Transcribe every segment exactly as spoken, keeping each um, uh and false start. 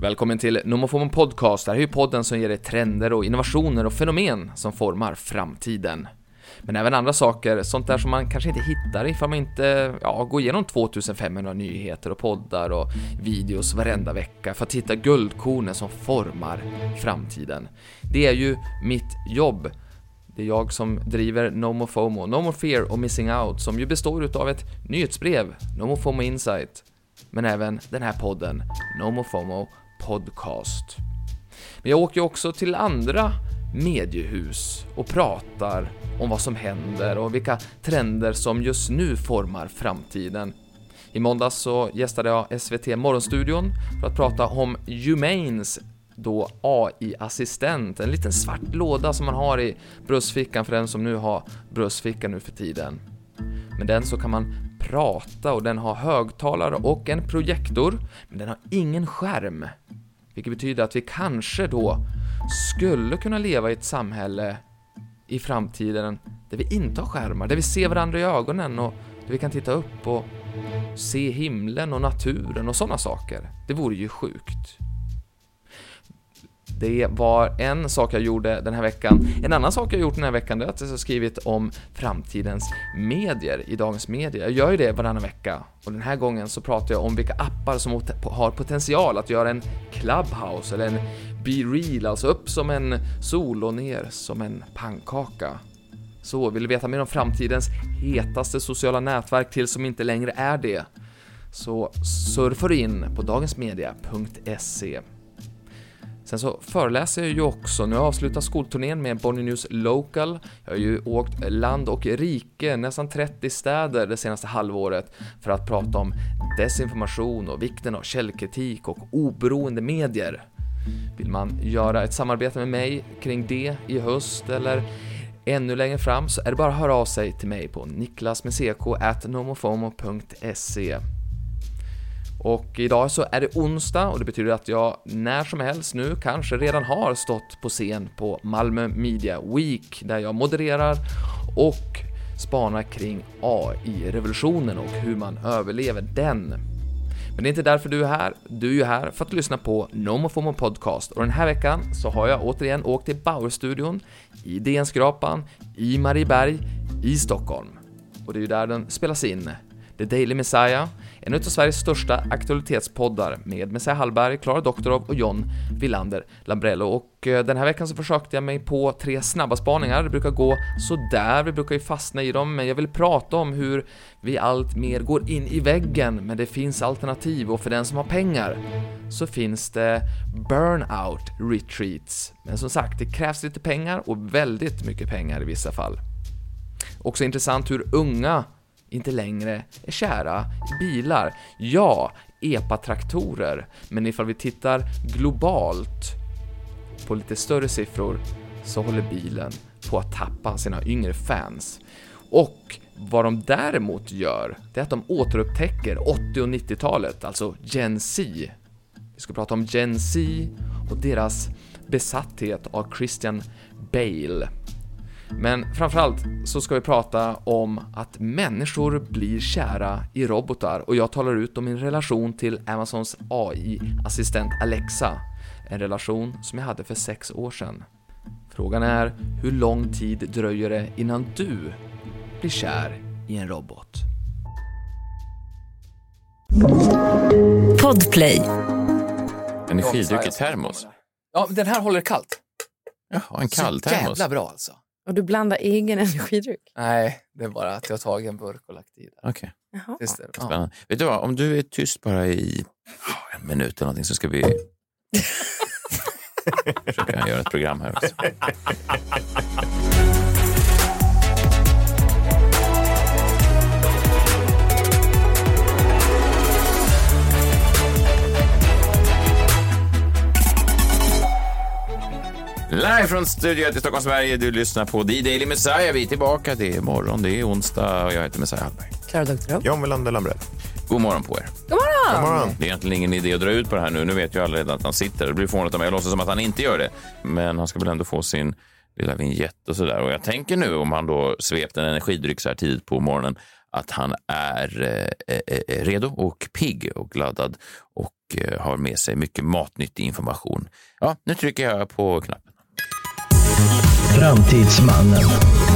Välkommen till NomoFomo Podcast. Det här är ju podden som ger dig trender och innovationer och fenomen som formar framtiden. Men även andra saker, sånt där som man kanske inte hittar ifall man inte ja, går igenom tvåtusenfemhundra nyheter och poddar och videos varenda vecka för att hitta guldkornen som formar framtiden. Det är ju mitt jobb. Det är jag som driver NomoFomo, No More Fear och Missing Out, som ju består av ett nyhetsbrev, NomoFomo Insight, men även den här podden, NomoFomo Podcast. Men jag åker ju också till andra mediehus och pratar om vad som händer och vilka trender som just nu formar framtiden. I måndags så gästade jag S V T Morgonstudion för att prata om Humanes då A I-assistent, en liten svart låda som man har i bröstfickan för den som nu har bröstfickan nu för tiden. Med den så kan man prata och den har högtalare och en projektor, men den har ingen skärm. Vilket betyder att vi kanske då skulle kunna leva i ett samhälle i framtiden där vi inte har skärmar, där vi ser varandra i ögonen och där vi kan titta upp och se himlen och naturen och sådana saker. Det vore ju sjukt. Det var en sak jag gjorde den här veckan. En annan sak jag gjort den här veckan är att jag har skrivit om framtidens medier i dagens medier. Jag gör ju det varannan vecka. Och den här gången så pratar jag om vilka appar som har potential att göra en Clubhouse eller en BeReal, alltså upp som en sol och ner som en pannkaka. Så vill du veta mer om framtidens hetaste sociala nätverk till som inte längre är det, så surfar du in på dagensmedia punkt se. Sen så föreläser jag ju också. Nu har jag avslutat skolturnén med Bonnier News Local. Jag har ju åkt land och rike, nästan trettio städer det senaste halvåret för att prata om desinformation och vikten av källkritik och oberoende medier. Vill man göra ett samarbete med mig kring det i höst eller ännu längre fram så är det bara att höra av sig till mig på niklas med ck at nomofomo punkt se. Och idag så är det onsdag och det betyder att jag när som helst nu kanske redan har stått på scen på Malmö Media Week där jag modererar och spanar kring A I-revolutionen och hur man överlever den. Men det är inte därför du är här. Du är ju här för att lyssna på NomoFomo Podcast. Och den här veckan så har jag återigen åkt till Bauer-studion i D N-skrapan, i Marieberg, i Stockholm. Och det är ju där den spelas in. The Daily Messiah, en av Sveriges största aktualitetspoddar med Messiah Hallberg, Klara Doktorov och John Wilander Lambrello. Och den här veckan så försökte jag mig på tre snabba spaningar. Det brukar gå så där, vi brukar ju fastna i dem, men jag vill prata om hur vi allt mer går in i väggen, men det finns alternativ och för den som har pengar så finns det burnout retreats. Men som sagt, det krävs lite pengar och väldigt mycket pengar i vissa fall. Också intressant hur unga inte längre är kära i bilar. Ja, epatraktorer. Men ifall vi tittar globalt på lite större siffror så håller bilen på att tappa sina yngre fans. Och vad de däremot gör, det är att de återupptäcker åttio- och nittiotalet, alltså Gen Z. Vi ska prata om Gen Z och deras besatthet av Christian Bale. Men framförallt så ska vi prata om att människor blir kära i robotar och jag talar ut om min relation till Amazons A I-assistent Alexa. En relation som jag hade för sex år sedan. Frågan är, hur lång tid dröjer det innan du blir kär i en robot? Podplay. Energidryck i termos. Ja, den här håller kallt. Jaha, en kall så termos. Jävla bra alltså. Och du blandar egen energidryck? Nej, det är bara att jag har tagit en burk och lagt i den. Okej. Jaha. Visst är det? Spännande. Ja. Vet du vad, om du är tyst bara i en minut eller någonting så ska vi försöka göra ett program här också. Live från studion i Stockholm, Sverige. Du lyssnar på The Daily Messiah. Vi är tillbaka. Det är morgon, det är onsdag och jag heter Messiah Hallberg. Klara Doktorov. John Wilander Lambrello. God morgon på er. God morgon! God morgon. Det är egentligen ingen idé att dra ut på det här nu. Nu vet ju alla redan att han sitter. Det blir förvånat om jag låtsas som att han inte gör det. Men han ska väl ändå få sin lilla vignett och sådär. Och jag tänker nu, om han då svepte en energidryck så här tidigt på morgonen, att han är eh, eh, redo och pigg och laddad och eh, har med sig mycket matnyttig information. Ja, nu trycker jag på knappen. Framtidsmannen.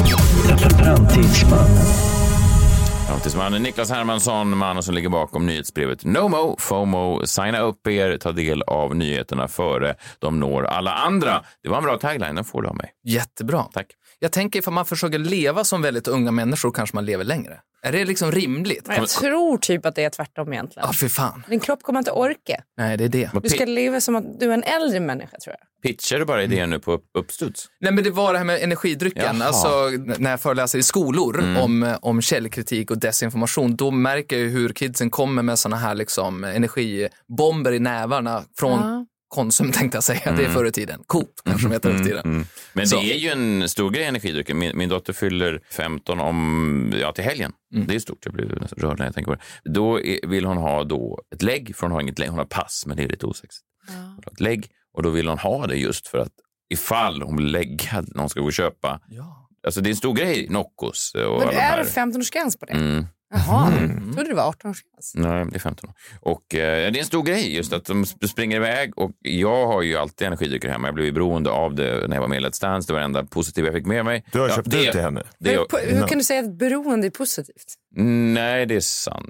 Framtidsmannen. Framtidsmannen Niklas Hermansson, mannen som ligger bakom nyhetsbrevet NOMO, FOMO, signa upp er, ta del av nyheterna före de når alla andra. Det var en bra tagline, den får du av mig. Jättebra. Tack. Jag tänker ifall man försöker leva som väldigt unga människor kanske man lever längre. Är det liksom rimligt? Jag tror typ att det är tvärtom egentligen. Ja, för fan. Din kropp kommer inte orka. Nej, det är det. Du ska leva som att du är en äldre människa, tror jag. Pitchar du bara idén nu på upp- uppstuds? Nej, men det var det här med energidrycken. Jaha. Alltså, när jag föreläser i skolor Mm. om, om källkritik och desinformation, då märker jag hur kidsen kommer med såna här liksom, energibomber i nävarna från Ja. Konsum, tänkte jag säga. Det är förr i tiden. Coop, kanske de heter upp tiden. Mm. Men Så. det är ju en stor grej, energidrycken. Min, min dotter fyller femton om, ja, till helgen. Mm. Det är stort, jag blir nästan rörd när jag tänker på det. Då är, vill hon ha då ett lägg, för hon har inget lägg, hon har pass, men det är lite osexigt. Ja. Hon har ett lägg, och då vill hon ha det just för att ifall hon blir läggad när hon ska gå och köpa. Ja. Alltså det är en stor grej, Noccos och Men alla de är här. det femton-årsgräns på det? Mm. Jaha, jag trodde det var arton-årsgräns. Nej, det är femton år. Och eh, det är en stor grej just att de sp- springer iväg, och jag har ju alltid energidrycker hemma. Jag blev ju beroende av det när jag var med i Let's Dance. Det var det enda positiva jag fick med mig. Du har ja, köpt det, ut till henne. Det, Hur, det, på, hur kan du säga att beroende är positivt? nej, det är sant.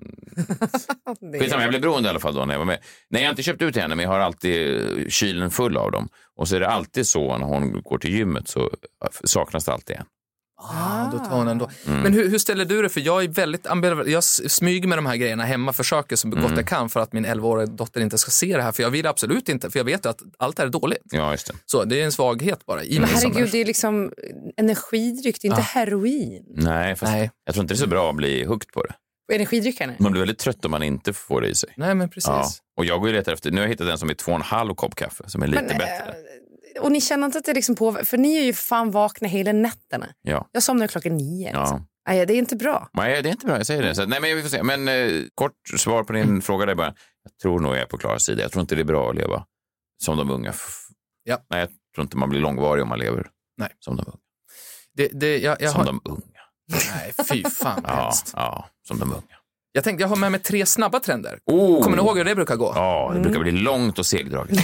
Det Skitsamma, jag blev beroende i alla fall då när jag var med. Nej, jag har inte köpt ut till henne, men jag har alltid eh, kylen full av dem. Och så är det alltid så när hon går till gymmet så saknas det alltid en. Ah, då tar hon ändå. Men hur, hur ställer du det? För jag är väldigt ambivalent. Jag smyger med de här grejerna hemma, försöker så gott jag kan för att min elvaåriga dotter inte ska se det här. För jag vill absolut inte, för jag vet att allt är dåligt. Ja, just det. Så det är en svaghet bara i Men mig som herregud, människa. det är liksom energidryck, det är inte heroin. Nej, fast Nej. jag tror inte det är så bra att bli hooked på det. Energidryckarna. Man blir väldigt trött om man inte får det i sig. Nej, men precis. Ja. Och jag går ju letar efter, nu har jag hittat en som är två och en halv kopp kaffe, som är lite Men, bättre. eh, Och ni känner inte att det liksom påverkar, för ni är ju fan vakna hela nätterna. Ja. Jag somnar klockan nio. Ja. Liksom. Nej, det är inte bra. Nej, det är inte bra, jag säger det. Så, nej, men vi får se. Men eh, kort svar på din fråga där bara. Jag tror nog jag är på Klaras sida. Jag tror inte det är bra att leva som de unga. Ja. Nej, jag tror inte man blir långvarig om man lever Nej. som de unga. Det, det, jag, jag Som har... de unga. Nej, fy fan Ja, helst. ja, som de unga. Jag tänkte, jag har med mig tre snabba trender. Oh. Kommer ni ihåg hur det brukar gå? Ja, det brukar bli långt och segdraget.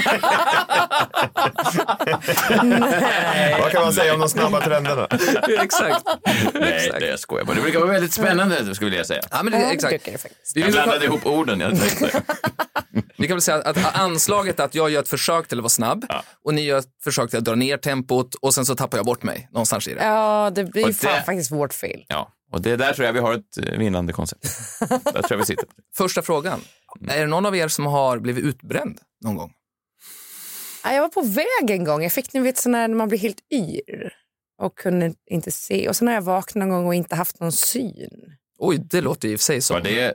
Vad kan man säga om de snabba trenderna? Exakt. Nej, Exakt. det skojar jag bara. Det brukar vara väldigt spännande, skulle jag säga. Ja, men det, Ja, det exakt. brukar det faktiskt. Vi, Jag vill, blandade ihop orden. Jag tänkte. vi kan väl säga att anslaget är att jag gör ett försök till att vara snabb Ja. och ni gör ett försök till att dra ner tempot och sen så tappar jag bort mig någonstans i det. Ja, det blir Och ju fan det- faktiskt vårt fel. Ja, och det där tror jag vi har ett eh, vinnande koncept. Där tror jag vi sitter. Första frågan. Är det någon av er som har blivit utbränd någon gång? Ja, jag var på väg en gång. Jag fick ni vet sån här när man blir helt yr och kunde inte se. Och sen har jag vaknat någon gång och inte haft någon syn. Oj, det låter ju i och för sig som... Var det...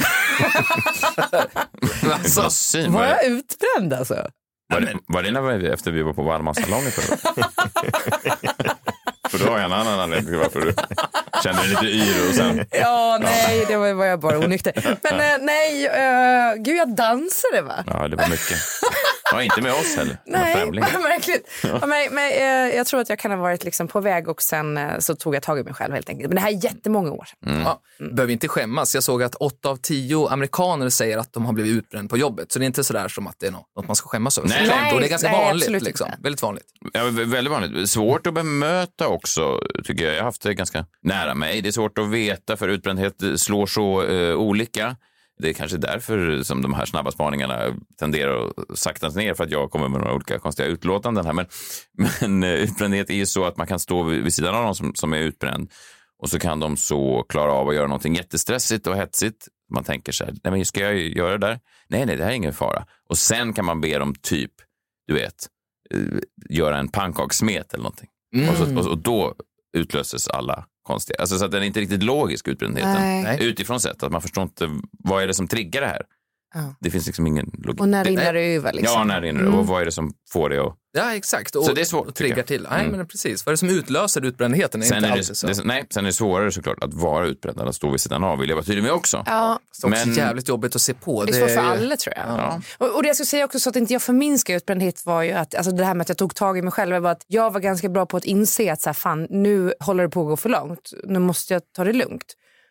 Alltså, Alltså, syn, Var var, jag det, utbränd alltså? var, det, var det när vi, efter vi var på Wallmanssalongen förut? För då har jag en annan anledning till varför du kände dig lite yr och sen... Ja, nej, det var, var jag bara onykter. Men eh, nej, uh, gud jag dansade va? Ja, det var mycket. Ja, inte med oss heller. Det var Nej, främlingar. märkligt. Ja, men, men, eh, jag tror att jag kan ha varit liksom på väg och sen eh, så tog jag tag i mig själv helt enkelt. Men det här är jättemånga år sedan. ja, behöver inte skämmas. Jag såg att åtta av tio amerikaner säger att de har blivit utbränd på jobbet. Så det är inte sådär som att det är något, något man ska skämmas över. Nej, Såklart. Och det är ganska nej, vanligt. absolut Liksom. inte. Väldigt vanligt. Ja, vä- väldigt vanligt. Svårt att bemöta också, tycker jag. Jag har haft det ganska nära mig. Det är svårt att veta, för utbrändhet slår så eh, olika. Det är kanske därför som de här snabba spaningarna tenderar att saktas ner, för att jag kommer med några olika konstiga utlåtanden här. Men, men eh, utbrändhet är ju så att man kan stå vid, vid sidan av någon som, som är utbränd, och så kan de så klara av att göra någonting jättestressigt och hetsigt. Man tänker så här, nej men ska jag göra det där? Nej, nej, det här är ingen fara. Och sen kan man be dem typ, du vet, eh, göra en pannkakssmet eller någonting. Mm. Och, så, och, och då utlöses alla konstiga. Alltså så att den är inte riktigt logisk, utbrändheten. Nej. Utifrån sett, att man förstår inte vad är det som triggar det här. Ja. Det finns liksom ingen logik. Och när det, rinner det över liksom? Ja, när rinner det. Och vad är det som får det att... Ja, exakt. Och, Så det är svårt, och tycker triggar jag. till. Nej, Mm. men precis. Vad är det som utlöser utbrändheten? Är Sen inte är alltid det, så. det, nej, sen är det svårare såklart att vara utbränd, att stå vid sidan av, vill jag vara tydlig med också. Ja, Det är också Men- jävligt jobbigt att se på. det är svårt för alla tror jag. Ja. Och, och det jag skulle säga också, så att inte jag förminskar utbrändhet, var ju att alltså det här med att jag tog tag i mig själv, var att jag var ganska bra på att inse att så här, fan, nu håller det på att gå för långt. Nu måste jag ta det lugnt.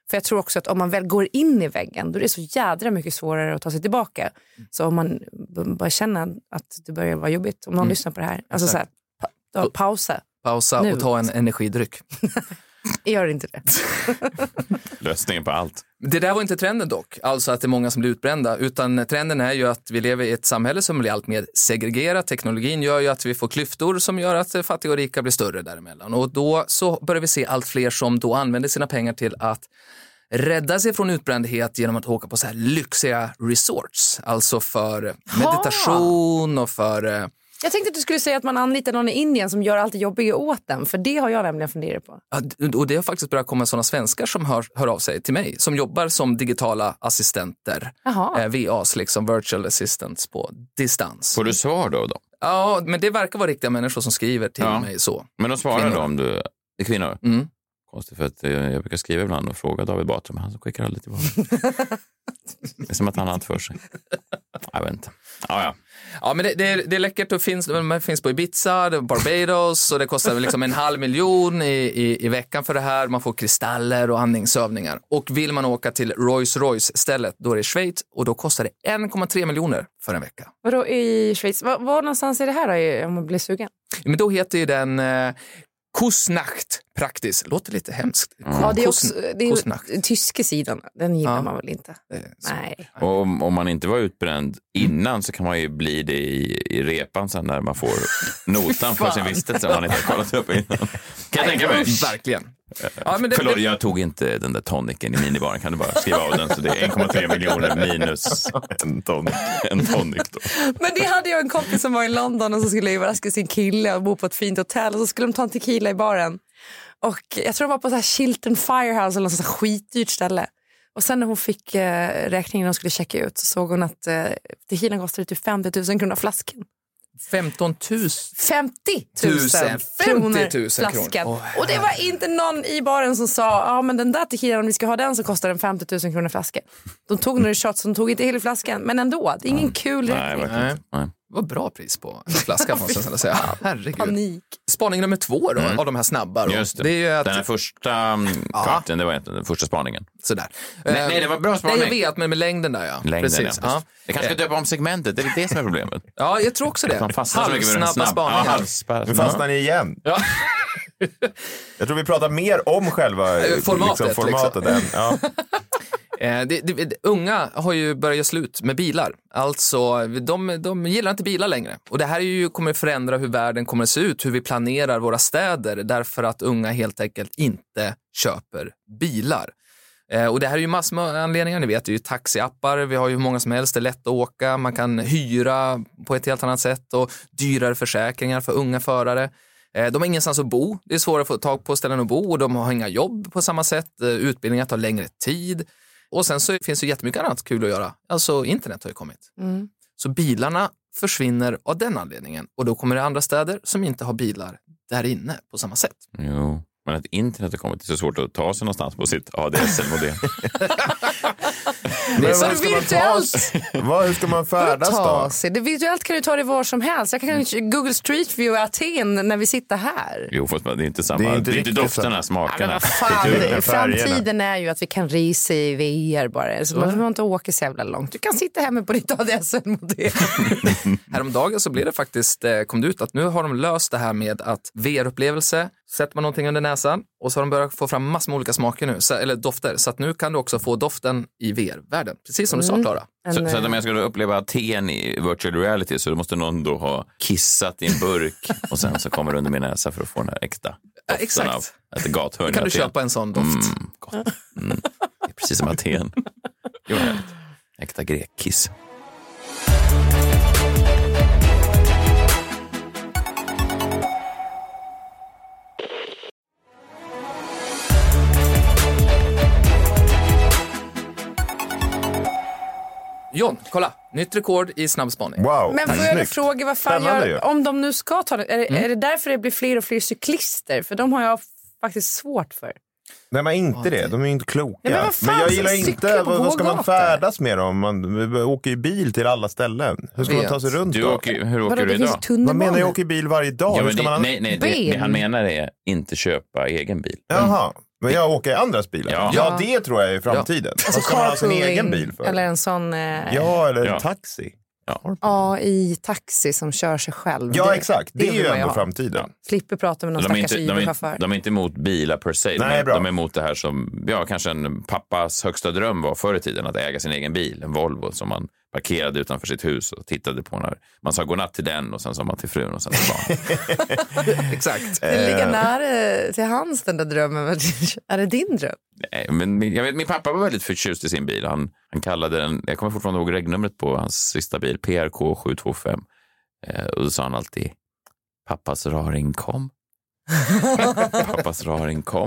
För jag tror också att om man väl går in i väggen, då är det så jädra mycket svårare att ta sig tillbaka. Så om man bara känner att det börjar vara jobbigt, om någon mm. lyssnar på det här, alltså så här, pa- då, pausa. Pausa nu. Och ta en energidryck. Gör inte det. Lösningen på allt. Det där var inte trenden dock, alltså att det är många som blir utbrända, utan trenden är ju att vi lever i ett samhälle som blir allt mer segregerat. Teknologin gör ju att vi får klyftor som gör att fattiga och rika blir större däremellan. Och då så börjar vi se allt fler som då använder sina pengar till att rädda sig från utbrändhet genom att åka på så här lyxiga resorts. Alltså för meditation och för... Jag tänkte att du skulle säga att man anlitar någon i Indien som gör allt det jobbiga åt den. För det har jag nämligen funderat på. Ja, och det har faktiskt börjat komma sådana svenskar som hör, hör av sig till mig. Som jobbar som digitala assistenter. Eh, V As, liksom virtual assistants på distans. Får du svar då? då? Ja, men det verkar vara riktiga människor som skriver till ja. mig så. Men de svarar kvinnor. Då om du... Det är kvinnor? Mm. Konstigt för att jag brukar skriva ibland och fråga David Batra, men han skickar aldrig tillbaka. Det är som att han har inte för sig. Jag vet inte. Ja, ja. Ja, men det, det, är, det är läckert och finns, det finns på Ibiza, det Barbados och det kostar liksom en halv miljon i, i, i veckan för det här. Man får kristaller och andningsövningar. Och vill man åka till Rolls-Royce-stället, då är det i Schweiz och då kostar det en komma tre miljoner för en vecka. Vadå i Schweiz? Var, var någonstans är det här då, om man blir sugen? Ja, men då heter ju den... Eh, Kusnacht praktiskt. Låter lite hemskt. Mm. Ja, det är också det är den tyska sidan. Den gillar ja. man väl inte. Nej. Och om, om man inte var utbränd innan så kan man ju bli det i, i repan sen när man får notan för sin vistelse om man inte har kollat upp innan. Kan jag tänka mig? Verkligen. Ja, men det, Förlåt, jag tog inte den där tonicen i minibaren. Kan du bara skriva av den? Så det är en komma tre miljoner minus en, ton, en tonic då. Men det hade jag en kompis som var i London och så skulle överraska sin kille och bo på ett fint hotell och så skulle de ta en tequila i baren. Och jag tror de var på så här Chilton Firehouse eller något sånt här skitdyrt ställe. Och sen när hon fick eh, räkningen och skulle checka ut så såg hon att eh, tequilan kostade typ femtio tusen kronor flasken. femton tusen femtio tusen kronor flaskan. Oh, och det var inte någon i baren som sa ja men den där tequilan, om vi ska ha den så kostar den femtio tusen kronor flaskan. De tog några shots, de tog inte hela flaskan. Men ändå, det är ingen mm. kul räkning. Nej, nej. Det var bra pris på en flaska måste jag säga. Herregud. Panik. Spaning nummer två då, mm. av de här snabba. Då. Just det. Det är ju att... Den här första kvarten, det var den första spaningen. Sådär. Nej, nej, det var bra spaning. Nej, jag vet, men med längden där, ja. Längden, precis. Ja. Jag kanske ska döpa om segmentet, det är det som är problemet. Ja, jag tror också det. Halvsnabba snabb. spaningar. Ja, halvspa... Nu fastnar ni igen. Ja. Jag tror vi pratar mer om själva formatet. Liksom, formatet liksom. Ja. Det, det, det, unga har ju börjat göra slut med bilar. Alltså, de, de gillar inte bilar längre. Och det här är ju, kommer förändra hur världen kommer att se ut, hur vi planerar våra städer, därför att unga helt enkelt inte köper bilar. Eh, och det här är ju massor med anledningar, ni vet, det är ju taxiappar, vi har ju hur många som helst, det är lätt att åka, man kan hyra på ett helt annat sätt och dyrare försäkringar för unga förare. De har ingenstans att bo, det är svårare att få tag på ställen att bo och de har inga jobb på samma sätt, utbildningar tar längre tid. Och sen så finns det jättemycket annat kul att göra. Alltså internet har ju kommit. Mm. Så bilarna försvinner av den anledningen. Och då kommer det andra städer som inte har bilar där inne på samma sätt. Jo, men att internet har kommit, det är så svårt att ta sig någonstans på sitt A D S L-modell. Det är så virtuellt. Vad, hur ska man färdas då? Det virtuellt kan du ta det var som helst. Jag kan mm. Google Street View i Aten när vi sitter här. Jo, fast det är inte samma. Det är inte, det är inte dofterna, smakerna. Ja, fan, framtiden är ju att vi kan resa i V R bara. Så man behöver inte åka så jävla långt. Du kan sitta hemma på ditt A D S L-modell. Häromdagen så blev det faktiskt, kom det ut att nu har de löst det här med att V R-upplevelse, sätter man någonting under näsan och så har de börjat få fram massor med olika smaker nu, så, eller dofter. Så att nu kan du också få doften i V R-världen. Precis som du sa, Klara. Mm. Så, så att om jag skulle uppleva Aten i virtual reality så måste någon då ha kissat i en burk och sen så kommer det under min näsa för att få den här äkta doften. Ja, exakt. Av ett gathörn. Kan du köpa en sån doft? Mm, gott. Mm. Det är precis som Aten. Jo, äkta grekkiss. John, kolla. Nytt rekord i snabbspaning. Wow. Men får jag fråga, vad fan gör, om de nu ska ta det, är, det mm. är det därför det blir fler och fler cyklister? För de har jag faktiskt svårt för. Nej, men inte det. De är ju inte kloka. Ja, men, fan, men jag gillar inte, vad, vad ska man färdas med dem? Man åker ju bil till alla ställen. Hur ska man ta sig runt du då? Åker, hur åker Vadå, du idag? Vad menar jag åker bil varje dag? Ja, hur ska det, man... Nej, nej det, det han menar är inte köpa egen bil. Jaha. Men jag åker i andras bilar. Ja, ja det tror jag är i framtiden. Ja. Alltså ska man ha sin egen bil för? Eller en sån... Eh... Ja, eller en ja. taxi. Ja. ja, i taxi som kör sig själv. Ja, det, exakt. Det, det är ju ändå framtiden. Ja. Slipper prata med någon de stackars Uber-chaufför. De, de är inte emot bilar per se. De är, de är emot det här som, ja, kanske en pappas högsta dröm var förr i tiden, att äga sin egen bil. En Volvo som man parkerade utanför sitt hus och tittade på när man sa godnatt till den och sen sa man till frun och sen till barn. Exakt. Det ligger nära till hans den där drömmen. Är det din dröm? Nej, men jag vet, min pappa var väldigt förtjust i sin bil. Han, han kallade den, jag kommer fortfarande ihåg regnumret på hans sista bil, P R K sju två fem. Eh, och då sa han alltid, pappas raring kom. Pappas raring kom.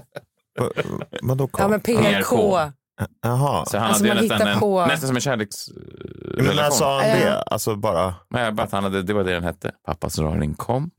Men då kom. Ja, men P R K. Jaha. Så han alltså hade nästan, en, på... nästan som en kärleks... Men när sa han det? Alltså bara... Nej, bara att han hade, det var det den hette. Pappas raring kom.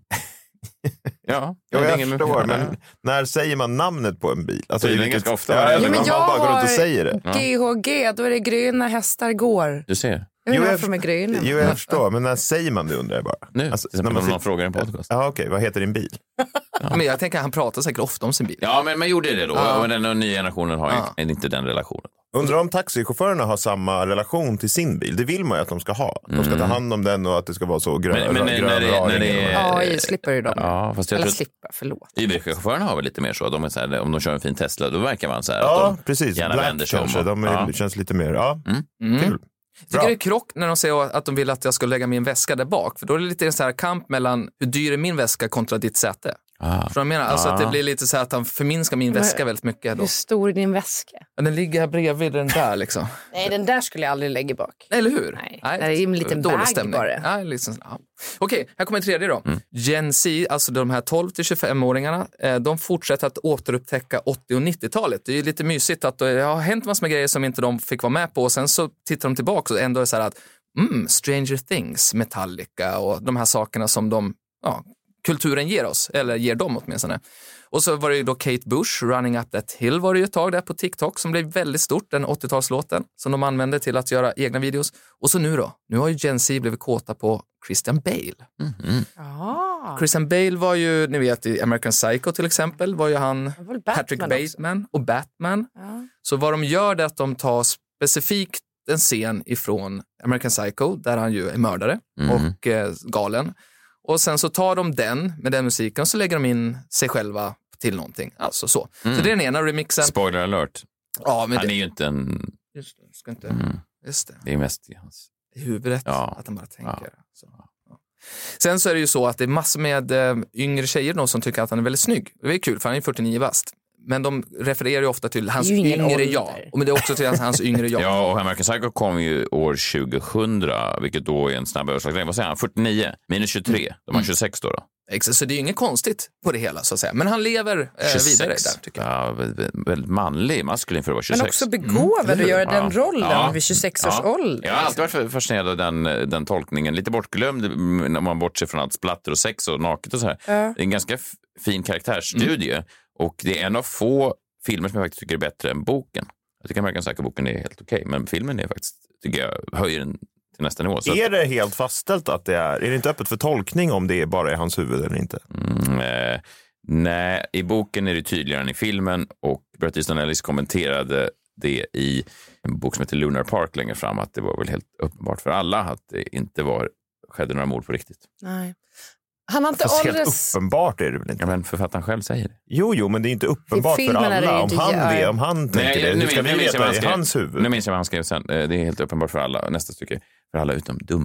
Ja, jag, jag ingen förstår, men när säger man namnet på en bil? Alltså, det är vilket, ganska ofta. Ja, ja, men man jag bara går runt och har säger det. G H G, då är det gröna hästar går. Du ser. Jag vet jo, varför de är gröna. Jo, jag förstår, men när säger man det undrar jag bara. Nu, alltså, när man, när man frågar en podcast. Ja, okej, okay. Vad heter din bil? Ja. Men jag tänker att han pratar säkert ofta om sin bil. Ja, men man gjorde det då. Ja. Och den nya generationen har Ja. inte den relationen. Undrar om taxichaufförerna har samma relation till sin bil. Det vill man ju att de ska ha. De ska ta hand om den och att det ska vara så grön. Men, men när, när, det, när det är... Ja, i slipper ju de. Ja, fast jag Eller tror slipper, förlåt. Uber-chaufförerna har väl lite mer så. De är så här, om de kör en fin Tesla, då verkar man så här ja, att de precis. gärna Black vänder sig om. kanske. De är, ja. känns lite mer, ja, Mm. kul. Jag tycker det är krock när de säger att de vill att jag ska lägga min väska där bak. För då är det lite en så här kamp mellan hur dyr är min väska kontra ditt säte. Ah. För jag menar, alltså Ah. att det blir lite så här att han förminskar min Men, väska väldigt mycket. Då. Hur stor är din väska? Men den ligger här bredvid den där liksom. Nej, den där skulle jag aldrig lägga bak. Eller hur? Nej, det är en liten dålig bag stämning. bara. Ja, liksom, ja. Okej, här kommer en tredje då. Mm. Gen Z, alltså de här tolv till tjugofem-åringarna, eh, de fortsätter att återupptäcka åttio- och nittiotalet. Det är ju lite mysigt att det har hänt massor med grejer som inte de fick vara med på. Och sen så tittar de tillbaka och ändå är det så här att mm, Stranger Things, Metallica och de här sakerna som de, ja, kulturen ger oss, eller ger dem åtminstone. Och så var det ju då Kate Bush, Running Up That Hill var det ju ett tag där på TikTok som blev väldigt stort, den åttiotalslåten som de använde till att göra egna videos. Och så nu då, nu har ju Gen Z blivit kåta på Christian Bale. Mm-hmm. Ah. Christian Bale var ju, ni vet i American Psycho till exempel, var ju han var väl Batman Patrick också. Bateman och Batman. Ja. Så vad de gör är att de tar specifikt en scen ifrån American Psycho där han ju är mördare Mm. och eh, galen. Och sen så tar de den med den musiken och så lägger de in sig själva till någonting. Alltså så. Mm. Så det är den ena remixen. Spoiler alert. Ja, men Han det, är ju inte en... just det, ska inte, Mm. just det. Det är mest i hans... I huvudet, Ja. att han bara tänker. Ja. Så, ja. Sen så är det ju så att det är massor med äh, yngre tjejer då, som tycker att han är väldigt snygg. Det är kul för han är fyrtionio bast. Men de refererar ju ofta till hans Det är ju ingen yngre ålder. jag. Och men det är också till hans, hans yngre jag. Ja, och American Psycho kom ju år tjugohundra, vilket då är en snabb överslagslängd. Vad säger han? fyrtionio minus tjugotre. De har tjugosex då. då. Exakt, så det är ju inget konstigt på det hela så att säga. Men han lever eh, vidare där tycker jag. Ja, väldigt, väldigt manlig, maskulin för att vara tjugosex. Men också begåvad att göra den Ja. rollen Ja. vid tjugosex års Ja. ålder. Jag har alltid varit fascinerad av den, den tolkningen. Lite bortglömd när man bortser från allt splatter och sex och naket och så här. Ja. Det är en ganska f- fin karaktärsstudie. Mm. Och det är en av få filmer som jag faktiskt tycker är bättre än boken. Jag tycker American Psycho-boken är helt okej. Men filmen är faktiskt, tycker jag, höjer den till nästa nivå. Så är att, det helt fastställt att det är? Är det inte öppet för tolkning om det bara är hans huvud eller inte? mm, eh, nej, i boken är det tydligare än i filmen. Och Bret Easton Ellis kommenterade det i en bok som heter Lunar Park längre fram. Att det var väl helt uppenbart för alla att det inte var, skedde några mord på riktigt. Nej. Han har inte Fast helt ålders... uppenbart är det väl inte? Ja, men författaren själv säger det. Jo, jo, men det är inte uppenbart för filmen är det alla. ju Om inte- han, ja. det, om han tänker Nej, det, nu hur ska min- vi nu minns jag veta vad han det är skrev. hans huvud? Nu minns jag vad han skrev sen. Eh, Det är helt uppenbart för alla. Nästa stycke. För alla utom dumma.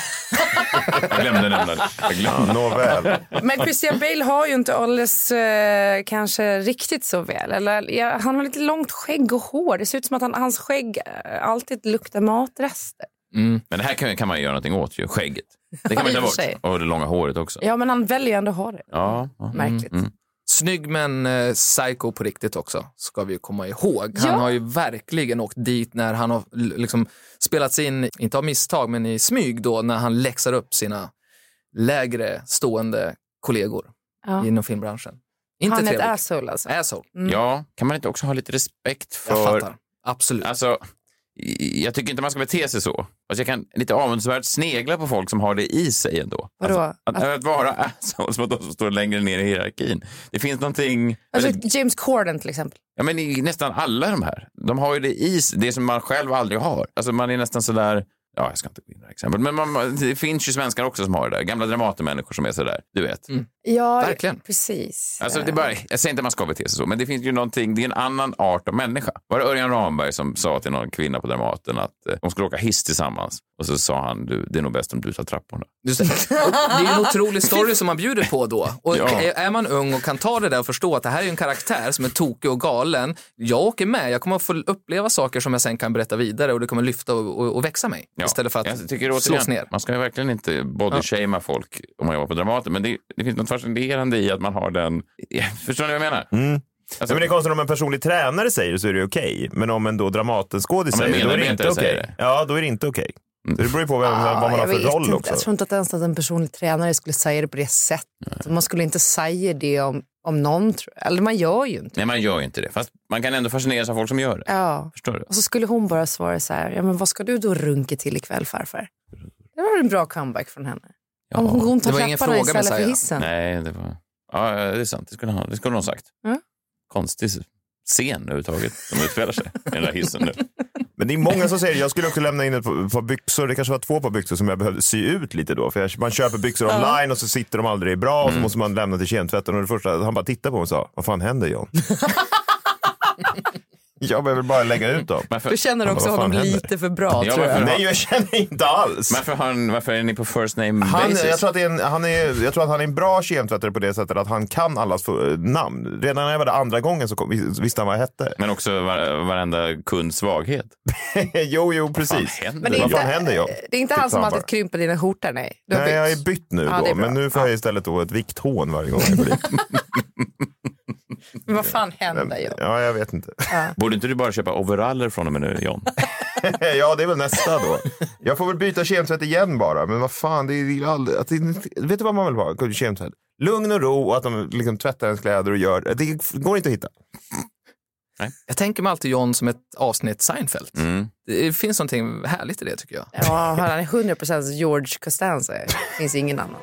Jag glömde nämna det. Jag glömde. Ja, nåväl. Men Christian Bale har ju inte ålders eh, kanske riktigt så väl. Eller, ja, han har lite långt skägg och hår. Det ser ut som att han, hans skägg eh, alltid luktar matrester. Mm. Men det här kan, kan man göra någonting åt ju. Skägget. Det kan man I ta och bort. för sig. Och det långa håret också. Ja, men han väljer ändå att ha det. Ja. ja. Märkligt. Mm. Snygg men eh, psycho på riktigt också, ska vi ju komma ihåg. Han Ja. har ju verkligen åkt dit när han har l- liksom spelats in, inte av misstag, men i smyg då, när han läxar upp sina lägre stående kollegor Ja. inom filmbranschen. Inte Han är ett trevligt. asshole alltså. Asshole. Ja, kan man inte också ha lite respekt Jag för... fattar. Absolut. Alltså, jag tycker inte man ska bete sig så. Alltså jag kan lite avundsvärt snegla på folk som har det i sig ändå. Vadå? Alltså, att, att vara asshole som att de som står längre ner i hierarkin. Det finns någonting... Alltså väldigt, James Corden till exempel. ja, men i nästan alla de här. De har ju det i sig, det som man själv aldrig har. Alltså man är nästan sådär... Ja, jag ska inte gå in i det här exempel. Men man, det finns ju svenskar också som har det där. Gamla Dramatenmänniskor som är sådär, du vet. Mm. Ja, verkligen. Precis. Alltså, det är bara, jag säger inte att man ska bete sig så, men det finns ju någonting, det är en annan art av människa. Var det Örjan Ramberg som sa till någon kvinna på Dramaten att eh, de skulle åka hiss tillsammans? Och så sa han, du, det är nog bäst om du tar trapporna. Just det. Och det är en otrolig story som man bjuder på då. Och Ja. är, är man ung och kan ta det där och förstå att det här är en karaktär som är tokig och galen. Jag åker med, jag kommer att få uppleva saker som jag sen kan berätta vidare och det kommer lyfta och, och, och växa mig. Ja. Istället för att jag tycker slås återigen, ner. man ska ju verkligen inte bodyshamea folk om man jobbar på Dramaten, men det, det finns något fascinerande i att man har den... Ja, förstår ni vad jag menar? Mm. Alltså, Ja, men det är konstigt om en personlig tränare säger det så är det okej. Men om en då Dramatenskådis Ja, men säger det, då är det medarbetare inte okej. säger det. Ja, då är det inte okej. Så det beror ju på vem, Ja, vad man har jag för vet roll inte. också. Jag tror inte att ens att en personlig tränare skulle säga det på det sättet. Man skulle inte säga det om, om någon, tror jag. Eller man gör ju inte. Nej, man gör ju inte det. Fast man kan ändå fascineras av folk som gör det. Ja. Förstår du? Och så skulle hon bara svara så här, ja men vad ska du då runka till ikväll, farfar? Det var en bra comeback från henne. Ja. Om hon Det tar var ingen trapparna fråga, istället för Messiah. hissen. Nej, det var... Ja, det är sant. Det skulle hon, det skulle hon sagt. Mm. Konstig scen överhuvudtaget som utspelar sig i den där hissen nu. Men det är många som säger, jag skulle också lämna in ett par, par byxor, det kanske var två par byxor som jag behövde sy ut lite då. För jag, man köper byxor online och så sitter de aldrig bra och så måste man lämna till kemtvätten. Och det första, han bara tittade på mig och sa, vad fan händer John? Jag behöver bara lägga ut dem. Varför, Du känner också Vad fan honom händer? lite för bra, Ja, tror jag. varför- Nej, jag känner inte alls. varför, har han, varför är ni på first name Han, basis? jag, tror att det är en, han är, jag tror att han är en bra kemtvättare på det sättet att han kan allas för, namn. Redan när jag var där andra gången så kom, vis- visste han vad jag hette. Men också var, varenda kunds svaghet. jo, jo, Vad precis. händer? Men det är Vad inte, fan händer, John? det är inte Typ han som fan alltid bara. krymper dina skjortor, nej. Du har Nej, jag är bytt. bytt nu Ja, det då, är bra. men nu får jag istället då ett vikthån varje gång jag går dit. Men vad fan händer, John? Ja, jag vet inte. Borde inte du bara köpa overaller från och med nu, John? Ja, det är väl nästa då. Jag får väl byta kemtvätt igen bara, men vad fan, det är ju aldrig... Att det, vet du vad man vill ha? Kemtvätt. Lugn och ro och att de liksom tvättar ens kläder och gör... Det går inte att hitta. Jag tänker mig alltid John som ett avsnitt Seinfeld. Mm. Det finns någonting härligt i det tycker jag. Ja, han är hundra procent George Costanza. Det finns ingen annan.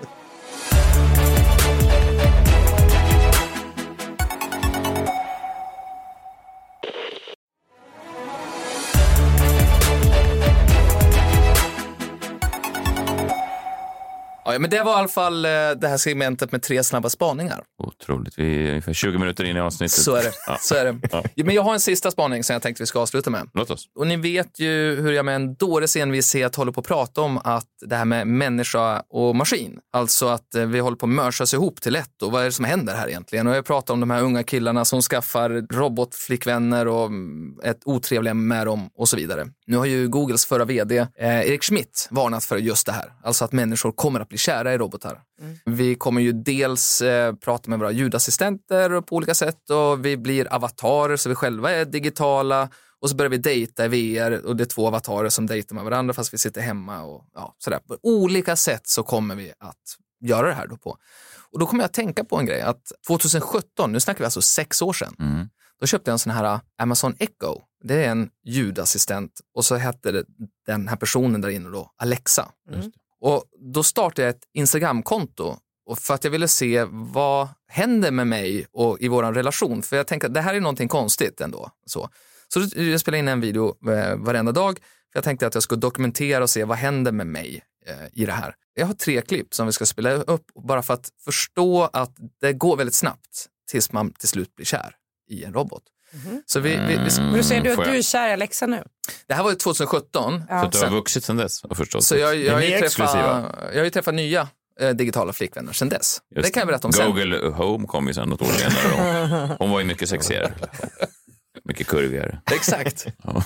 Ja, men det var i alla fall eh, det här segmentet med tre snabba spaningar. Otroligt. Vi är ungefär tjugo minuter in i avsnittet. Så är det. Ja. Så är det. Ja. Ja, men jag har en sista spaning som jag tänkte vi ska avsluta med. Låt oss. Och ni vet ju hur jag med en dåres envishet håller på att prata om att det här med människa och maskin. Alltså att eh, vi håller på att mörsas ihop till ett. Och vad är det som händer här egentligen? Och jag pratar om de här unga killarna som skaffar robotflickvänner och mm, ett otrevliga med dem och så vidare. Nu har ju Googles förra vd eh, Erik Schmidt varnat för just det här. Alltså att människor kommer att bli kära i robotar. Mm. Vi kommer ju dels eh, prata med våra ljudassistenter på olika sätt och vi blir avatarer så vi själva är digitala. Och så börjar vi dejta i V R och det är två avatarer som dejtar med varandra fast vi sitter hemma och ja, sådär. På olika sätt så kommer vi att göra det här då på. Och då kommer jag att tänka på en grej att tjugohundrasjutton, nu snackar vi alltså sex år sedan, Mm. då köpte jag en sån här Amazon Echo. Det är en ljudassistent och så hette det, den här personen där inne då Alexa. Mm. Och då startade jag ett Instagram-konto och för att jag ville se vad händer med mig och i våran relation. För jag tänker att det här är någonting konstigt ändå. Så, så jag spelade in en video eh, varenda dag för jag tänkte att jag skulle dokumentera och se vad händer med mig eh, i det här. Jag har tre klipp som vi ska spela upp bara för att förstå att det går väldigt snabbt tills man till slut blir kär i en robot. Mm-hmm. Så vi, vi, vi, Men då säger du Får att jag- du är kär i Alexa nu? det här var ju tjugohundrasjutton. Ja. Så att du har Sen- vuxit sedan dess och förstås. Så jag, jag, har Är ju ni träffat, exklusiva? jag har ju träffat nya eh, digitala flickvänner sedan dess. Just det kan jag berätta om sen. Google Home kom ju sen något år senare. Hon, hon var ju mycket sexigare. Mycket kurvigare. Exakt. Ja.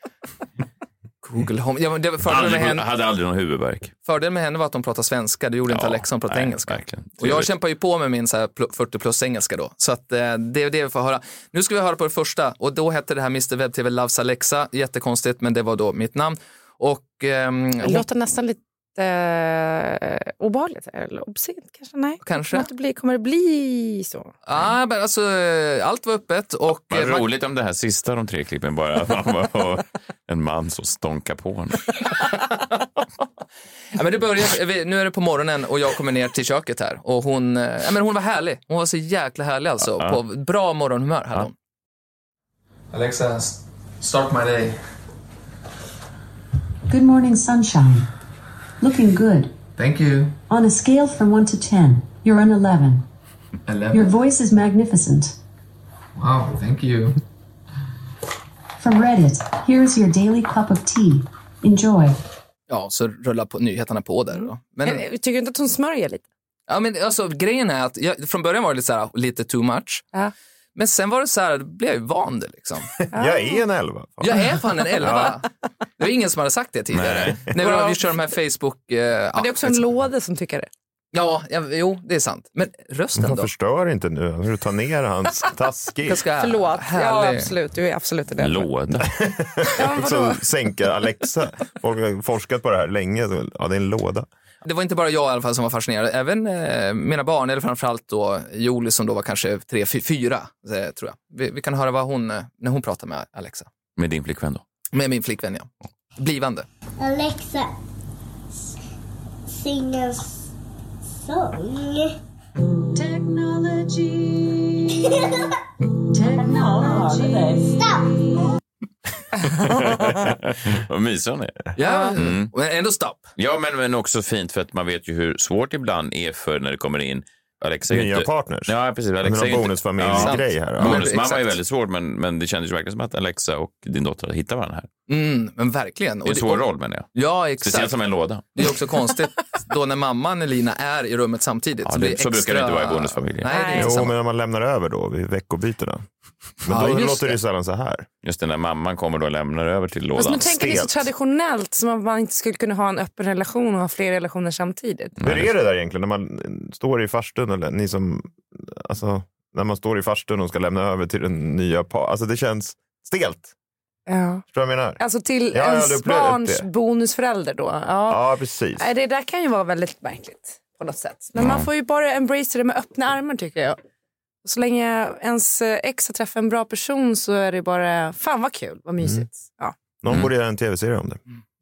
Google Home. Ja, men det var fördelen, med Aldrig, henne, hade aldrig någon huvudvärk. fördelen med henne var att hon pratade svenska. Det gjorde inte Alexa, hon pratade nej, engelska. Verkligen. Och jag Trevligt. kämpar ju på med min så här pl- fyrtio plus engelska då. Så att, eh, det är det vi får höra. Nu ska vi höra på det första. Och då hette det här mister Webb-T V Loves Alexa. Jättekonstigt, men det var då mitt namn. Och ehm, Det hon, låter nästan lite lite eh, obehagligt eller obscent kanske? Nej. Kanske. Kommer det bli, kommer det bli så? Ja, men alltså allt var öppet och... Vad eh, man- roligt om det här sista de tre klippen bara att man var en man som stonkar på honom. Ja, men det börjar, vi- nu är det på morgonen och jag kommer ner till köket här och hon, eh, ja, men hon var härlig. Hon var så jäkla härlig alltså. På bra morgonhumör hade hon. Alexa, start my day. Good morning, sunshine. Looking good. Thank you. On a scale from one to ten, you're an eleven. eleven. Your voice is magnificent. Wow, thank you. From Reddit, here's your daily cup of tea. Enjoy. Ja, så rullar på nyheterna på där då. Men, Jag tycker du inte att hon smörjer lite? ja, men alltså grejen är att jag, från början var det lite så här, lite too much. Ja. Men sen var det så här, då blev jag ju van det liksom. Jag är en elva. Fan. Jag är fan en elva. Det var ingen som hade sagt det tidigare. När vi kör de här Facebook... Eh, ja, Men det är också en låda som tycker det. Ja, ja, jo, det är sant. Men rösten Han då? förstör inte nu. Nu du tar ner hans taskig. Ganska Förlåt. Ja, härlig. absolut. Du är absolut en elva. Låda. Ja, men vadå? Så sänker Alexa. Folk har forskat på det här länge. Så, ja, det är en låda. Det var inte bara jag i alla fall som var fascinerad. Även eh, mina barn, eller framförallt då Jolie som då var kanske tre, fy, fyra, eh, tror jag. Vi, vi kan höra vad hon, eh, när hon pratar med Alexa. Med din flickvän då? Med min flickvän, ja. Blivande. Alexa, s- sing a s- song. Technology. Technology. Stop! Vad mysig hon är. Ja, men ändå stopp. Ja, men, men också fint för att man vet ju hur svårt det ibland är för när det kommer in Alexa är ju Nya inte... partners. Ja, precis. Men Alexa är någon ju inte- bonusfamiljsgrej här. Ja, men Bonusmamma exakt. är väldigt svårt, men, men det kändes ju verkligen som att Alexa och din dotter hittar varandra här. Mm, men verkligen. Det är en Och svår och- roll, menar jag. Ja, Speciellt exakt. som en låda. Det är också konstigt då när mamman Elina är i rummet samtidigt. Ja, så det- blir så brukar det inte vara i bonusfamiljer. Nej, det är inte Jo, samma. men när man lämnar över då vid veckobytena. Men Ja, då just låter det det. ju sällan så här. Just det, när mamman kommer då och lämnar över till Fast lådan. nu tänker ni så Stelt. traditionellt som att man inte skulle kunna ha en öppen relation och ha fler relationer samtidigt. Hur är det där egentligen när man står i farstun eller ni som, alltså när man står i farstun och ska lämna över till den nya par, alltså det känns stelt. Ja. Förstår du vad jag menar? Alltså till Ja, ja, ens du upplevde barns det. bonusförälder då. Ja. Ja, precis. Nej, det där kan ju vara väldigt märkligt på något sätt. Men man får ju bara embrace det med öppna armar tycker jag. Så länge ens ex har träffat en bra person så är det bara, fan vad kul, vad mysigt. Ja. Någon borde göra en tv-serie om det.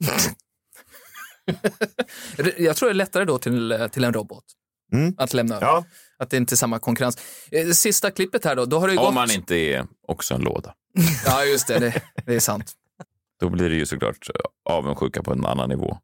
Jag tror det är lättare då till, till en robot. Mm. Att lämna över. Ja. Att det inte är samma konkurrens. Eh, Sista klippet här då, då har det ju gått... Om man inte är också en låda. Ja, just det, det, det är sant. Då blir det ju såklart avundsjuka på en annan nivå.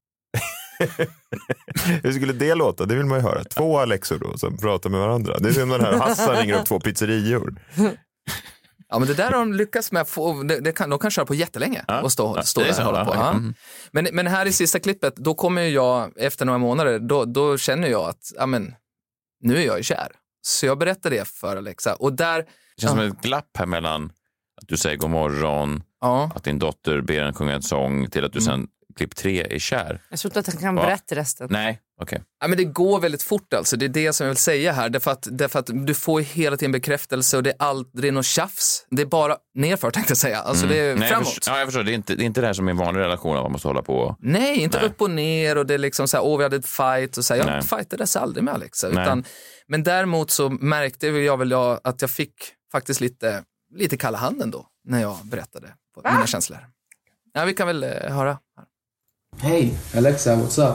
Hur skulle det låta? Det vill man ju höra. Två Alexor då som pratar med varandra. Det är som den här Hassan ringer upp två pizzerior. Ja, men det där har de lyckats med. Att få, det, det kan, de kan köra på jättelänge Ja. och stå, Ja, stå det är där så, och hålla ja. på. Ja. Mm. Men, men här i sista klippet, då kommer ju jag, efter några månader, då, då känner jag att ja, men, nu är jag ju kär. Så jag berättar det för Alexa. Och där, Det känns som ett glapp här mellan att du säger god morgon, ja, att din dotter ber en sjunga en sång till att du sen klipp tre är kär. Jag tror inte att han kan Va? berätta resten. Nej, okej. ja, men det går väldigt fort alltså. Det är det som jag vill säga här. Därför att, därför att du får ju hela tiden bekräftelse och det är aldrig något tjafs. Det är bara nerför tänkte jag säga. Alltså det är Nej, jag framåt. förstår, ja, jag förstår. Det är, inte, det är inte det här som är en vanlig relation att man måste hålla på. Nej, inte Nej. upp och ner och det är liksom så här, åh vi hade ett fight och så här, Nej. jag fightades aldrig med Alexa. Nej. Utan, men däremot så märkte jag väl jag att jag fick faktiskt lite, lite kalla handen då när jag berättade på mina känslor. Ja, vi kan väl eh, höra. Hey, Alexa, what's up?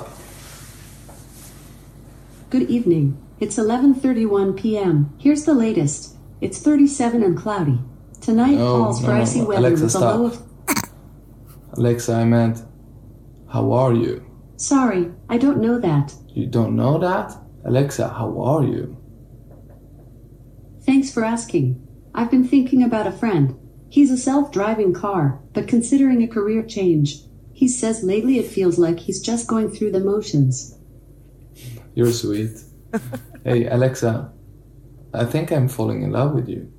Good evening. It's eleven thirty-one p.m. Here's the latest. It's thirty-seven and cloudy. Tonight No, calls for no, no, icy no. weather Alexa, with a stop. low of... Alexa, I meant, how are you? Sorry, I don't know that. You don't know that? Alexa, how are you? Thanks for asking. I've been thinking about a friend. He's a self-driving car, but considering a career change. He says lately it feels like he's just going through the motions. You're sweet. Hey, Alexa, I think I'm falling in love with you.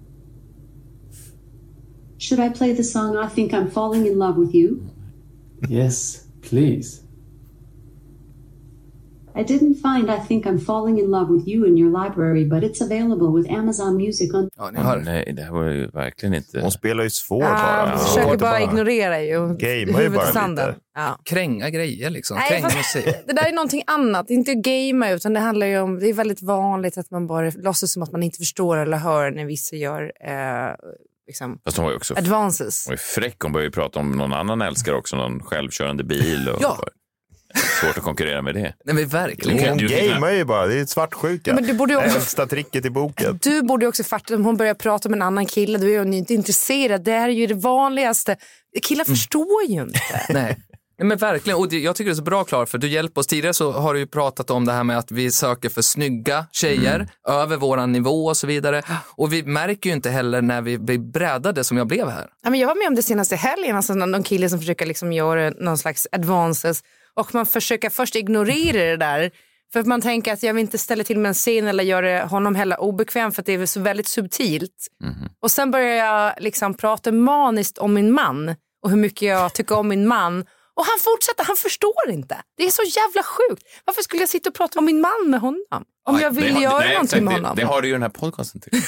Should I play the song I Think I'm Falling in Love with You? Yes, please. I didn't find I Think I'm Falling in Love with You in your library, but it's available with Amazon Music on... Ja, ni hör. Nej, det var ju verkligen inte... Hon spelar ju svår Ja, bara. hon Ja. försöker bara ignorera ju. Gamear ju bara sanden. lite. Ja. Kränga grejer liksom. Nej, Kränga fast musik. det där är någonting annat. Det är inte gamea, utan det handlar ju om... Det är väldigt vanligt att man bara låtsas som att man inte förstår eller hör när vissa gör eh, liksom, Fast hon var ju också advances. hon var ju fräck. Hon började ju prata om någon annan älskar också. Någon självkörande bil. Och Ja. Svårt att konkurrera med det. Nej, men verkligen. Okej. Hon Du- gamear ju bara, det är ett svartsjuka. Men du borde ju också- Äldsta tricket i boken. Du borde ju också fatta om hon börjar prata med en annan kille. Du är ju inte intresserad. Det här är ju det vanligaste. Killar förstår ju inte. Nej. Nej, men verkligen. Och det, jag tycker det är så bra, Klar, för du hjälper oss. Tidigare så har du ju pratat om det här med att vi söker för snygga tjejer mm. över våran nivå och så vidare. Och vi märker ju inte heller när vi blir brädade som jag blev här. Ja, men jag var med om det senaste helgen. Alltså någon kille som försöker liksom göra någon slags advances. Och man försöker först ignorera det där. För att man tänker att jag vill inte ställa till med en scen eller göra honom heller obekväm, för att det är så väldigt subtilt. Mm. Och sen börjar jag liksom prata maniskt om min man. Och hur mycket jag tycker om min man. Och han fortsätter, han förstår inte. Det är så jävla sjukt. Varför skulle jag sitta och prata om min man med honom? Om Ja, jag vill det, göra nej, någonting med det, honom. Det har du ju den här podcasten till.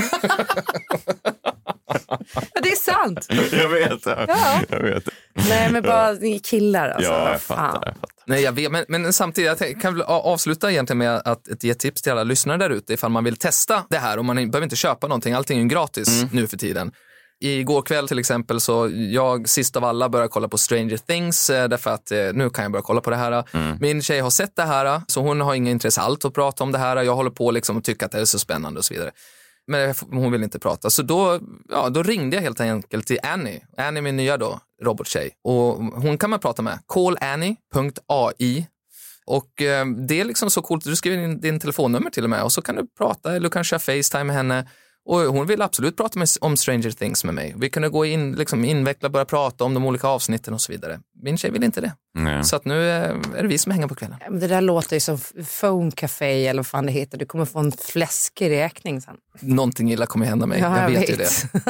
Ja, det är sant. Jag vet. Ja. Jag vet. Nej, men bara ni killar alltså. Ja, Vad jag fan. fattar, jag fattar. Nej, jag vet, men, men samtidigt jag kan väl avsluta egentligen med att, att ge tips till alla lyssnare där ute ifall man vill testa det här, och man behöver inte köpa någonting, allting är ju gratis mm. nu för tiden. Igår kväll till exempel så jag sist av alla började kolla på Stranger Things därför att nu kan jag börja kolla på det här. Mm. Min tjej har sett det här så hon har ingen intresse allt att prata om det här. Jag håller på liksom och tycker att det är så spännande och så vidare. Men hon vill inte prata. Så då, ja, då ringde jag helt enkelt till Annie. Annie, min nya då, robottjej. Och hon kan man prata med. call annie punkt a i. Och eh, det är liksom så coolt. Du skriver in din telefonnummer till och med. Och så kan du prata eller du kan köra FaceTime med henne. Och hon vill absolut prata med, om Stranger Things med mig. Vi kunde gå in, liksom inveckla, börja prata om de olika avsnitten och så vidare. Min tjej vill inte det. Mm. Så att nu är det vi som hänger på kvällen. Det där låter ju som Phone Café eller vad fan det heter. Du kommer få en fläskig räkning sen. Någonting illa kommer hända mig. Ja, jag, jag vet, vet ju det.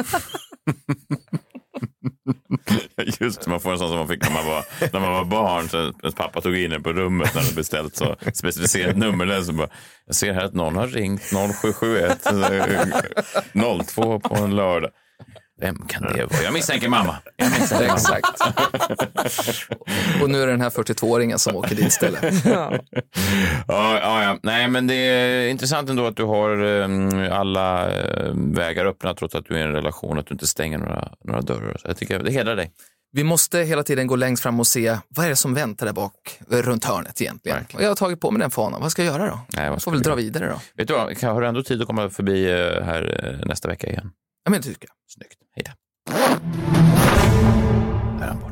Just, man får en sån som man fick när man var, när man var barn. Så ens pappa tog in en på rummet när de beställt så specificerat nummer. Så bara, jag ser här att någon har ringt noll sju sju ett noll två på en lördag. Vem kan det vara? Jag misstänker mamma. Jag misstänker mamma. Exakt. Och nu är det den här fyrtiotvååringen som åker dit istället. Ja. Ja, ja, ja. Nej, men det är intressant ändå att du har um, alla uh, vägar öppna trots att du är i en relation, att du inte stänger några, några dörrar. Så jag tycker det hedrar dig. Vi måste hela tiden gå längst fram och se vad är det som väntar där bak runt hörnet egentligen. Verkligen. Och jag har tagit på mig den fanan. Vad ska jag göra då? Nej, jag får väl dra vidare då. Vet du vad, har du ändå tid att komma förbi uh, här uh, nästa vecka igen? Ja, men det tycker jag. Snyggt. Hej då. Här är han bort.